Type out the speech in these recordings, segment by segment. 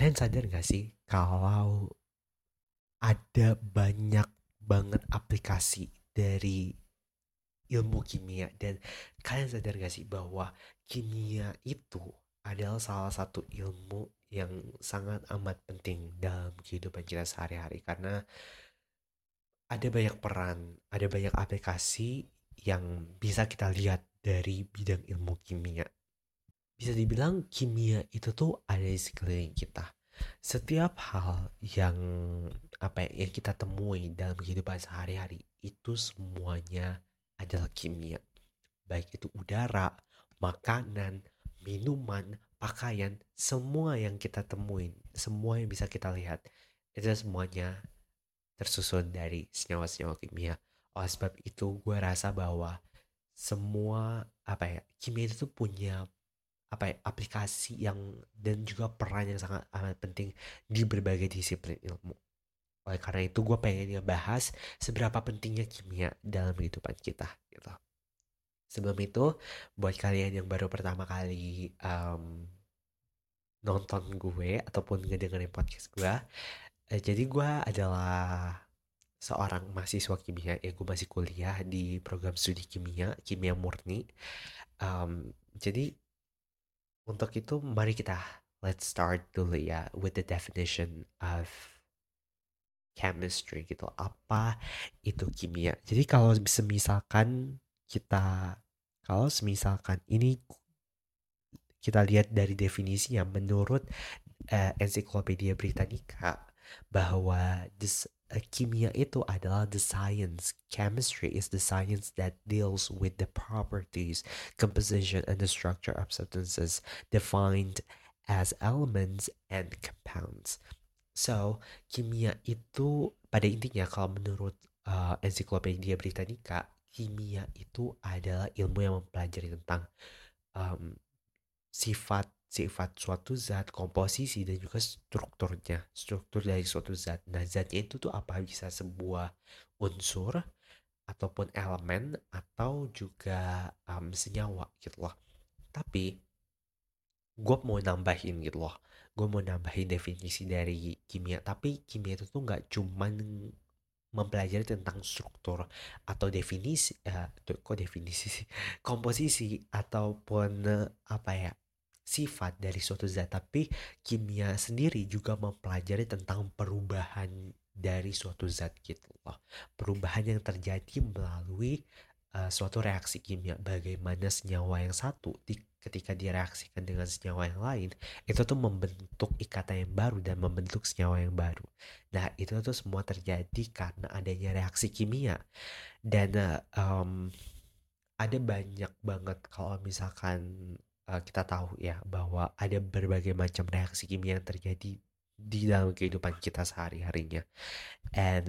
Kalian sadar gak sih kalau ada banyak banget aplikasi dari ilmu kimia, dan kalian sadar gak sih bahwa kimia itu adalah salah satu ilmu yang sangat amat penting dalam kehidupan kita sehari-hari, karena ada banyak peran, ada banyak aplikasi yang bisa kita lihat dari bidang ilmu kimia. Bisa dibilang kimia itu tuh ada di sekeliling kita. Setiap hal yang yang kita temui dalam kehidupan sehari-hari itu semuanya adalah kimia. Baik itu udara, makanan, minuman, pakaian, semua yang kita temuin, semua yang bisa kita lihat, itu semuanya tersusun dari senyawa-senyawa kimia. Oleh sebab itu gue rasa bahwa semua kimia itu tuh punya aplikasi yang dan juga peran yang sangat amat penting di berbagai disiplin ilmu. Oleh karena itu gue pengen ngebahas seberapa pentingnya kimia dalam kehidupan kita gitu. Sebelum itu, buat kalian yang baru pertama kali nonton gue ataupun ngedengerin podcast gue, jadi gue adalah seorang mahasiswa kimia, ya gue masih kuliah di program studi kimia, kimia murni. Jadi untuk itu mari kita let's start dulu ya with the definition of chemistry gitu. Apa itu kimia? Jadi kita kalau semisalkan ini kita lihat dari definisinya menurut Encyclopedia Britannica bahwa kimia itu adalah the science. Chemistry is the science that deals with the properties, composition, and the structure of substances defined as elements and compounds. So, kimia itu pada intinya kalau menurut Encyclopedia Britannica, kimia itu adalah ilmu yang mempelajari tentang um, sifat-sifat suatu zat, komposisi dan juga strukturnya, struktur dari suatu zat. Nah, zatnya itu tuh apa? Bisa sebuah unsur ataupun elemen atau juga senyawa gitu loh. Tapi gue mau nambahin gitu loh. Gue mau nambahin definisi dari kimia. Tapi kimia itu tuh nggak cuman mempelajari tentang struktur atau definisi sih, komposisi ataupun sifat dari suatu zat, tapi kimia sendiri juga mempelajari tentang perubahan dari suatu zat gitu loh, perubahan yang terjadi melalui suatu reaksi kimia, bagaimana senyawa yang satu ketika direaksikan dengan senyawa yang lain itu tuh membentuk ikatan yang baru dan membentuk senyawa yang baru. Nah, itu tuh semua terjadi karena adanya reaksi kimia. Dan ada banyak banget kalau misalkan kita tahu ya bahwa ada berbagai macam reaksi kimia yang terjadi di dalam kehidupan kita sehari-harinya. And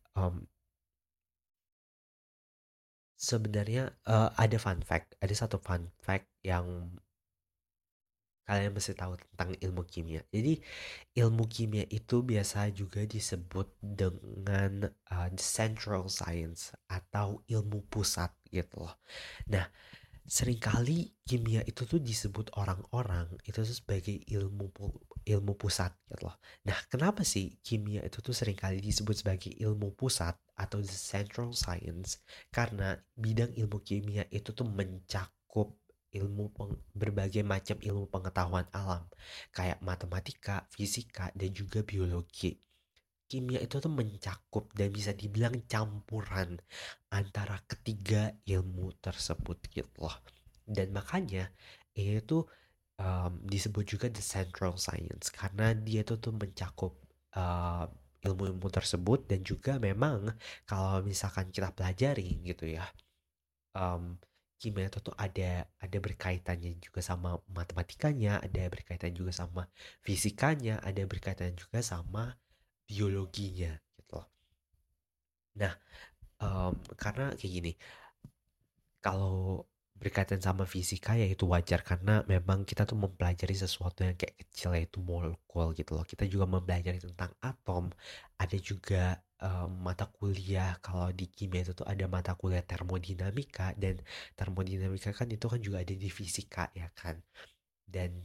sebenarnya ada satu fun fact yang kalian mesti tahu tentang ilmu kimia. Jadi ilmu kimia itu biasa juga disebut dengan central science atau ilmu pusat gitu loh. Nah, seringkali kimia itu tuh disebut orang-orang itu tuh sebagai ilmu pusat gitu loh. Nah, kenapa sih kimia itu tuh seringkali disebut sebagai ilmu pusat atau the central science? Karena bidang ilmu kimia itu tuh mencakup berbagai macam ilmu pengetahuan alam kayak matematika, fisika, dan juga biologi. Kimia itu tuh mencakup dan bisa dibilang campuran antara ketiga ilmu tersebut gitu loh. Dan makanya ini tuh disebut juga the central science karena dia tuh mencakup uh, ilmu-ilmu tersebut, dan juga memang kalau misalkan kita pelajari gitu ya, um, kimia itu tuh ada berkaitannya juga sama matematikanya, ada berkaitan juga sama fisikanya, ada berkaitan juga sama biologinya gitu loh. Nah, karena kayak gini, kalau berkaitan sama fisika ya itu wajar karena memang kita tuh mempelajari sesuatu yang kayak kecil yaitu molekul gitu loh. Kita juga mempelajari tentang atom. Ada juga mata kuliah kalau di kimia itu tuh ada mata kuliah termodinamika, dan termodinamika kan itu kan juga ada di fisika ya kan. Dan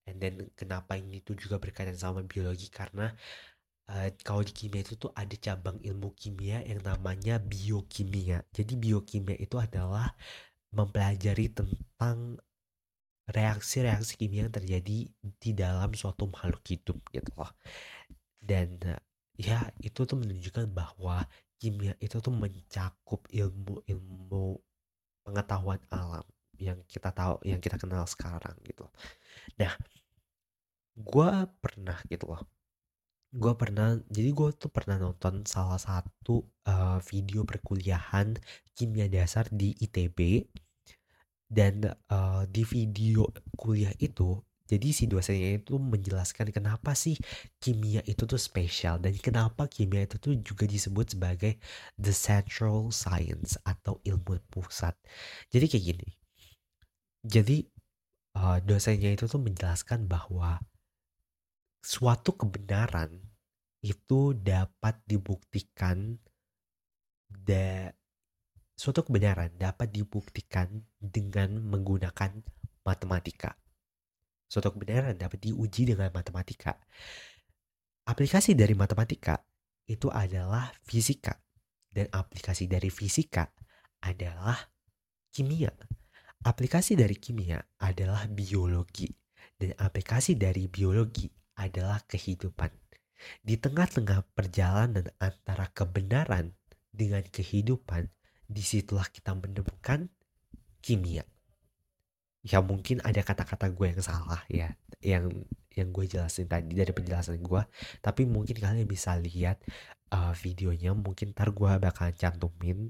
And then kenapa ini tuh juga berkaitan sama biologi karena kalau di kimia itu tuh ada cabang ilmu kimia yang namanya biokimia. Jadi biokimia itu adalah mempelajari tentang reaksi-reaksi kimia yang terjadi di dalam suatu makhluk hidup gitu loh. Dan ya itu tuh menunjukkan bahwa kimia itu tuh mencakup ilmu-ilmu pengetahuan alam yang kita tahu, yang kita kenal sekarang gitu. Nah, gue pernah gitu loh. Gue tuh pernah nonton salah satu video perkuliahan kimia dasar di ITB. Dan di video kuliah itu, jadi si dosennya itu menjelaskan kenapa sih kimia itu tuh spesial dan kenapa kimia itu tuh juga disebut sebagai the central science atau ilmu pusat. Jadi kayak gini. Jadi dosennya itu tuh menjelaskan bahwa suatu kebenaran itu dapat dibuktikan da suatu kebenaran dapat dibuktikan dengan menggunakan matematika. Suatu kebenaran dapat diuji dengan matematika. Aplikasi dari matematika itu adalah fisika. Dan aplikasi dari fisika adalah kimia. Aplikasi dari kimia adalah biologi. Dan aplikasi dari biologi adalah kehidupan. Di tengah-tengah perjalanan antara kebenaran dengan kehidupan, disitulah kita menemukan kimia. Ya mungkin ada kata-kata gue yang salah ya, yang gue jelasin tadi dari penjelasan gue, tapi mungkin kalian bisa lihat videonya, mungkin ntar gue bakal cantumin,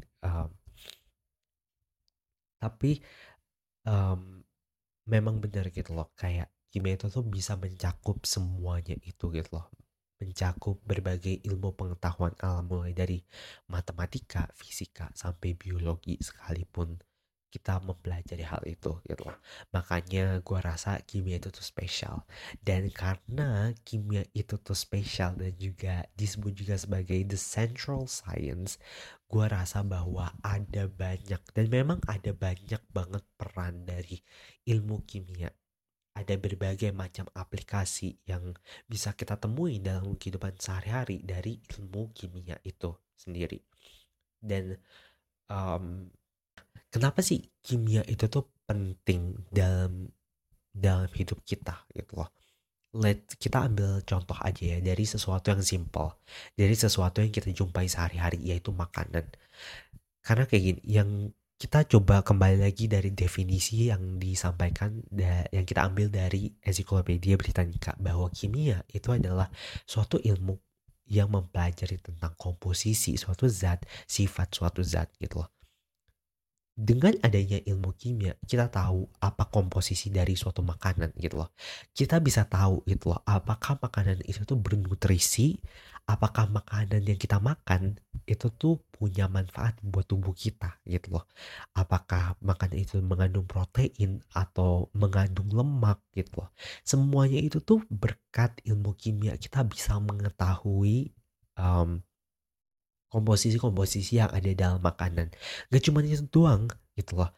tapi memang benar gitu loh, kayak kimia itu tuh bisa mencakup semuanya itu gitu loh, mencakup berbagai ilmu pengetahuan alam mulai dari matematika, fisika, sampai biologi sekalipun kita mempelajari hal itu gitu loh. Makanya gue rasa kimia itu tuh spesial. Dan karena kimia itu tuh spesial dan juga disebut juga sebagai the central science, gue rasa bahwa ada banyak dan memang ada banyak banget peran dari ilmu kimia. Ada berbagai macam aplikasi yang bisa kita temui dalam kehidupan sehari-hari dari ilmu kimia itu sendiri. Dan um, kenapa sih kimia itu tuh penting dalam dalam hidup kita gitu loh. Kita ambil contoh aja ya dari sesuatu yang simple, dari sesuatu yang kita jumpai sehari-hari yaitu makanan. Karena kayak gini, yang kita coba kembali lagi dari definisi yang disampaikan yang kita ambil dari Ensiklopedia Britannica bahwa kimia itu adalah suatu ilmu yang mempelajari tentang komposisi suatu zat, sifat suatu zat gitu loh. Dengan adanya ilmu kimia, kita tahu apa komposisi dari suatu makanan gitu loh. Kita bisa tahu gitu loh, apakah makanan itu tuh bernutrisi, apakah makanan yang kita makan itu tuh punya manfaat buat tubuh kita gitu loh. Apakah makanan itu mengandung protein atau mengandung lemak gitu loh. Semuanya itu tuh berkat ilmu kimia kita bisa mengetahui um, komposisi-komposisi yang ada dalam makanan. Gak cuma itu doang gitu loh.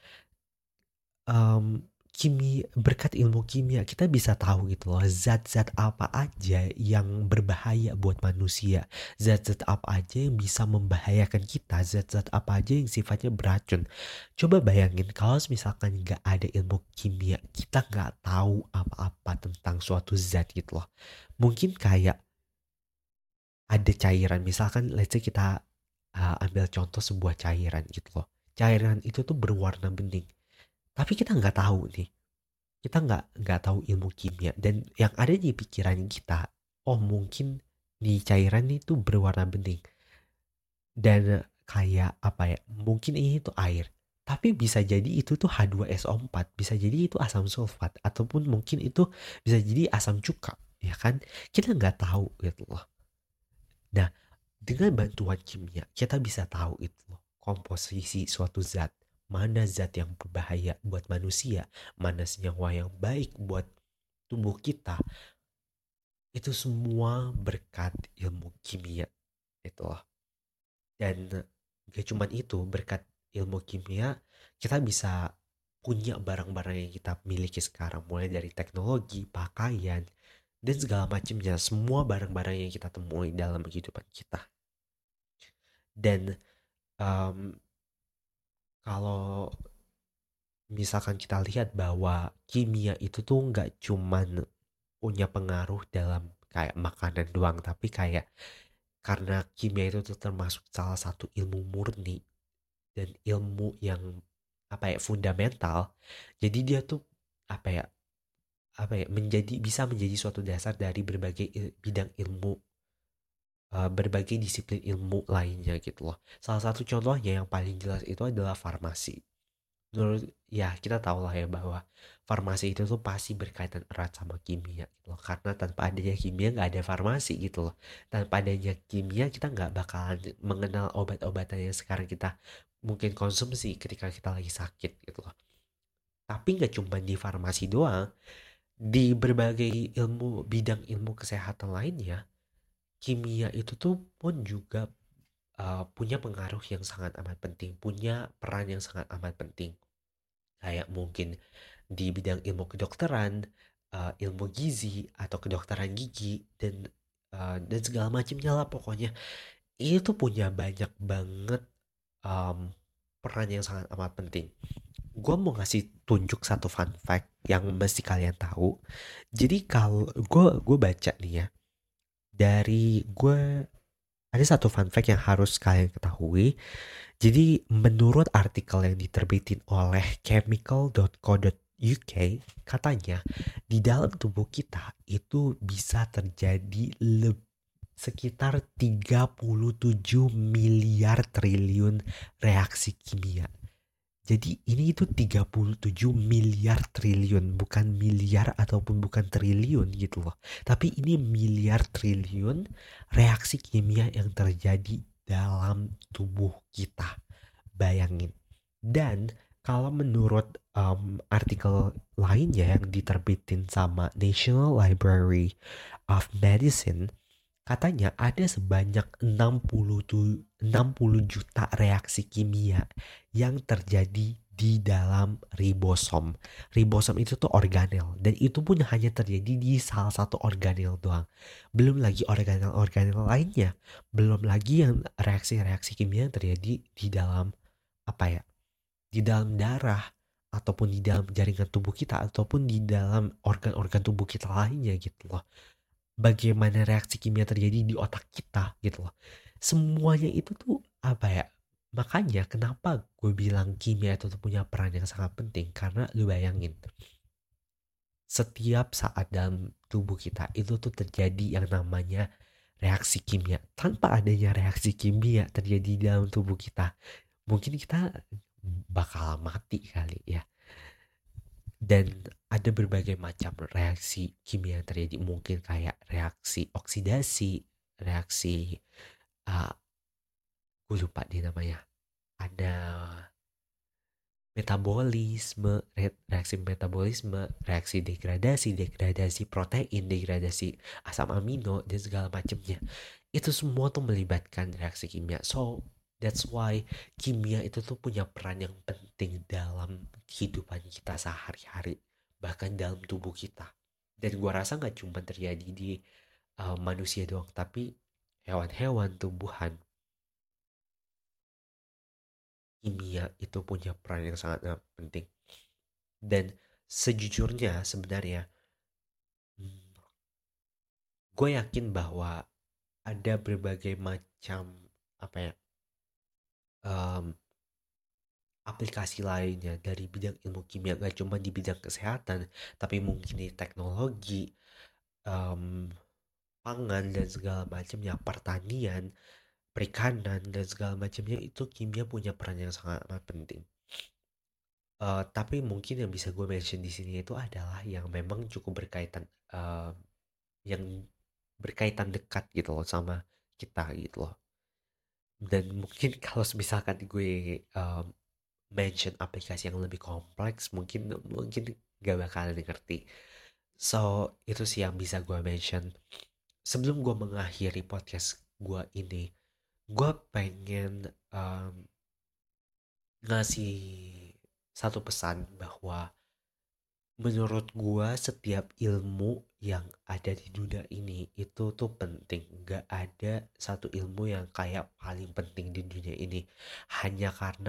Berkat ilmu kimia kita bisa tahu gitu loh zat-zat apa aja yang berbahaya buat manusia, zat-zat apa aja yang bisa membahayakan kita, zat-zat apa aja yang sifatnya beracun. Coba bayangin kalau misalkan nggak ada ilmu kimia, kita nggak tahu apa-apa tentang suatu zat gitu loh. Mungkin kayak ada cairan, misalkan let's say kita ambil contoh sebuah cairan gitu loh. Cairan itu tuh berwarna bening. Tapi kita nggak tahu nih. Kita nggak tahu ilmu kimia. Dan yang ada di pikiran kita, oh mungkin di cairan itu berwarna bening. Dan kayak apa ya, mungkin ini tuh air. Tapi bisa jadi itu tuh H2SO4. Bisa jadi itu asam sulfat. Ataupun mungkin itu bisa jadi asam cuka. Ya kan? Kita nggak tahu gitu loh. Nah, dengan bantuan kimia, kita bisa tahu itu loh, komposisi suatu zat. Mana zat yang berbahaya buat manusia, mana senyawa yang baik buat tubuh kita. Itu semua berkat ilmu kimia. Itu loh. Dan gak cuma itu, berkat ilmu kimia, kita bisa punya barang-barang yang kita miliki sekarang, mulai dari teknologi, pakaian, dan segala macamnya, semua barang-barang yang kita temui dalam kehidupan kita. Dan um, kalau misalkan kita lihat bahwa kimia itu tuh nggak cuman punya pengaruh dalam kayak makanan doang, tapi kayak karena kimia itu tuh termasuk salah satu ilmu murni dan ilmu yang apa ya, fundamental. Jadi dia tuh apa ya menjadi bisa menjadi suatu dasar dari berbagai bidang ilmu, berbagai disiplin ilmu lainnya gitu loh. Salah satu contohnya yang paling jelas itu adalah farmasi. Menurut ya kita tahu lah ya bahwa farmasi itu tuh pasti berkaitan erat sama kimia gitu loh. Karena tanpa adanya kimia nggak ada farmasi gitu loh. Tanpa adanya kimia kita nggak bakalan mengenal obat-obatan yang sekarang kita mungkin konsumsi ketika kita lagi sakit gitu loh. Tapi nggak cuma di farmasi doang, di berbagai bidang ilmu kesehatan lainnya, kimia itu tuh pun juga punya pengaruh yang sangat amat penting, punya peran yang sangat amat penting. Kayak mungkin di bidang ilmu kedokteran, ilmu gizi atau kedokteran gigi dan segala macamnya lah pokoknya. Itu tuh punya banyak banget um, peran yang sangat amat penting. Gue mau ngasih tunjuk satu fun fact yang mesti kalian tahu. Jadi kalau gue baca nih ya, dari gue ada satu fun fact yang harus kalian ketahui. Jadi menurut artikel yang diterbitin oleh chemical.co.uk, katanya di dalam tubuh kita itu bisa terjadi sekitar 37 miliar triliun reaksi kimia. Jadi ini itu 37 miliar triliun, bukan miliar ataupun bukan triliun gitu loh. Tapi ini miliar triliun reaksi kimia yang terjadi dalam tubuh kita. Bayangin. Dan kalau menurut artikel lainnya yang diterbitin sama National Library of Medicine, katanya ada sebanyak 60 juta reaksi kimia yang terjadi di dalam ribosom. Ribosom itu tuh organel dan itu pun hanya terjadi di salah satu organel doang. Belum lagi organel-organel lainnya. Belum lagi yang reaksi-reaksi kimia yang terjadi di dalam apa ya? Di dalam darah ataupun di dalam jaringan tubuh kita ataupun di dalam organ-organ tubuh kita lainnya gitu loh. Bagaimana reaksi kimia terjadi di otak kita gitu loh. Semuanya itu tuh apa ya? Makanya kenapa gue bilang kimia itu tuh punya peran yang sangat penting, karena lu bayangin setiap saat dalam tubuh kita itu tuh terjadi yang namanya reaksi kimia. Tanpa adanya reaksi kimia terjadi di dalam tubuh kita, mungkin kita bakal mati kali ya. Dan ada berbagai macam reaksi kimia yang terjadi, mungkin kayak reaksi oksidasi, reaksi uh, gue lupa deh namanya, ada metabolisme, reaksi metabolisme, reaksi degradasi protein, degradasi asam amino dan segala macamnya. Itu semua tuh melibatkan reaksi kimia. So that's why kimia itu tuh punya peran yang penting dalam kehidupan kita sehari-hari, bahkan dalam tubuh kita. Dan gua rasa nggak cuma terjadi di manusia doang, tapi hewan-hewan, tumbuhan, kimia itu punya peran yang sangat penting. Dan sejujurnya sebenarnya gue yakin bahwa ada berbagai macam apa ya, em, aplikasi lainnya dari bidang ilmu kimia, gak cuma di bidang kesehatan tapi mungkin di teknologi, em, pangan dan segala macamnya, pertanian, perikanan dan segala macamnya, itu kimia punya peran yang sangat penting. Tapi mungkin yang bisa gue mention di sini itu adalah yang memang cukup berkaitan, yang berkaitan dekat gitu loh sama kita gitu loh. Dan mungkin kalau misalkan gue mention aplikasi yang lebih kompleks, mungkin mungkin gak bakalan ngerti. So itu sih yang bisa gue mention. Sebelum gue mengakhiri podcast gue ini, gue pengen ngasih satu pesan bahwa menurut gua setiap ilmu yang ada di dunia ini itu tuh penting. Gak ada satu ilmu yang kayak paling penting di dunia ini. Hanya karena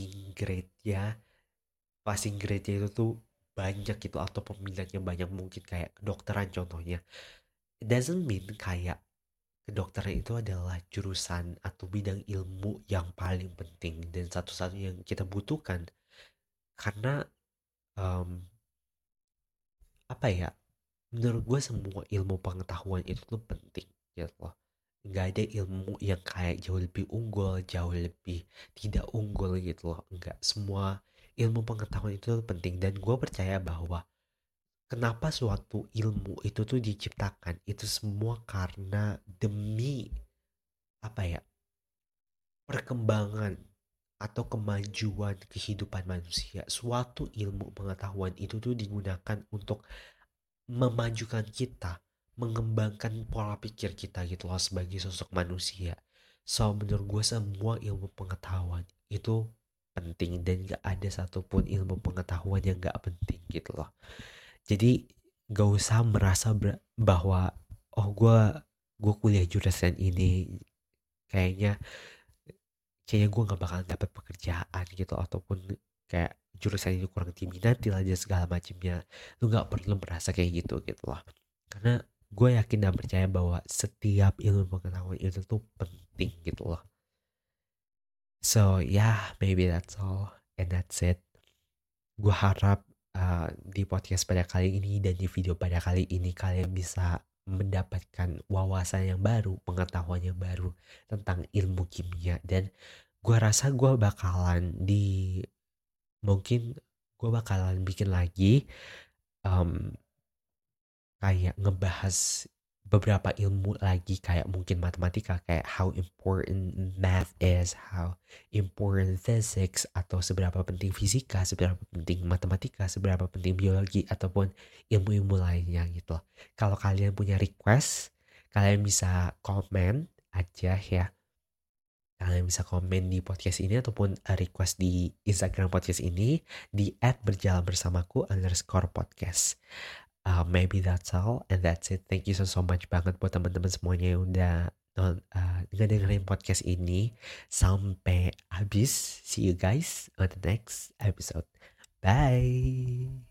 passing grade-nya itu tuh banyak gitu atau peminatnya banyak, mungkin kayak kedokteran contohnya. It doesn't mean kayak kedokteran itu adalah jurusan atau bidang ilmu yang paling penting dan satu-satunya yang kita butuhkan. Karena em, apa ya, menurut gue semua ilmu pengetahuan itu tuh penting gitu loh. Nggak ada ilmu yang kayak jauh lebih unggul, jauh lebih tidak unggul gitu loh. Nggak, semua ilmu pengetahuan itu tuh penting. Dan gue percaya bahwa kenapa suatu ilmu itu tuh diciptakan, itu semua karena demi apa ya, perkembangan atau kemajuan kehidupan manusia. Suatu ilmu pengetahuan itu tuh digunakan untuk memajukan kita, mengembangkan pola pikir kita gitu loh sebagai sosok manusia. So menurut gue semua ilmu pengetahuan itu penting dan gak ada satupun ilmu pengetahuan yang gak penting gitu loh. Jadi gak usah merasa bahwa oh gue kuliah jurusan ini, kayaknya kayaknya gue nggak bakal dapat pekerjaan gitu, ataupun kayak jurusan ini kurang diminati lah dan segala macamnya. Lu nggak perlu merasa kayak gitu loh, karena gue yakin dan percaya bahwa setiap ilmu pengetahuan itu tuh penting gitu loh. So yeah, maybe that's all and that's it. Gue harap di podcast pada kali ini dan di video pada kali ini kalian bisa mendapatkan wawasan yang baru, pengetahuan yang baru tentang ilmu kimia. Dan gue rasa mungkin gue bakalan bikin lagi um, kayak ngebahas beberapa ilmu lagi, kayak mungkin matematika, kayak how important math is, how important physics, atau seberapa penting fisika, seberapa penting matematika, seberapa penting biologi, ataupun ilmu-ilmu lainnya gitu. Kalau kalian punya request, kalian bisa komen aja ya. Kalian bisa komen di podcast ini ataupun request di Instagram podcast ini di @berjalanbersamaku_podcast. Maybe that's all and that's it. Thank you so much banget buat teman-teman semuanya yang udah dengerin podcast ini sampai habis. See you guys on the next episode. Bye.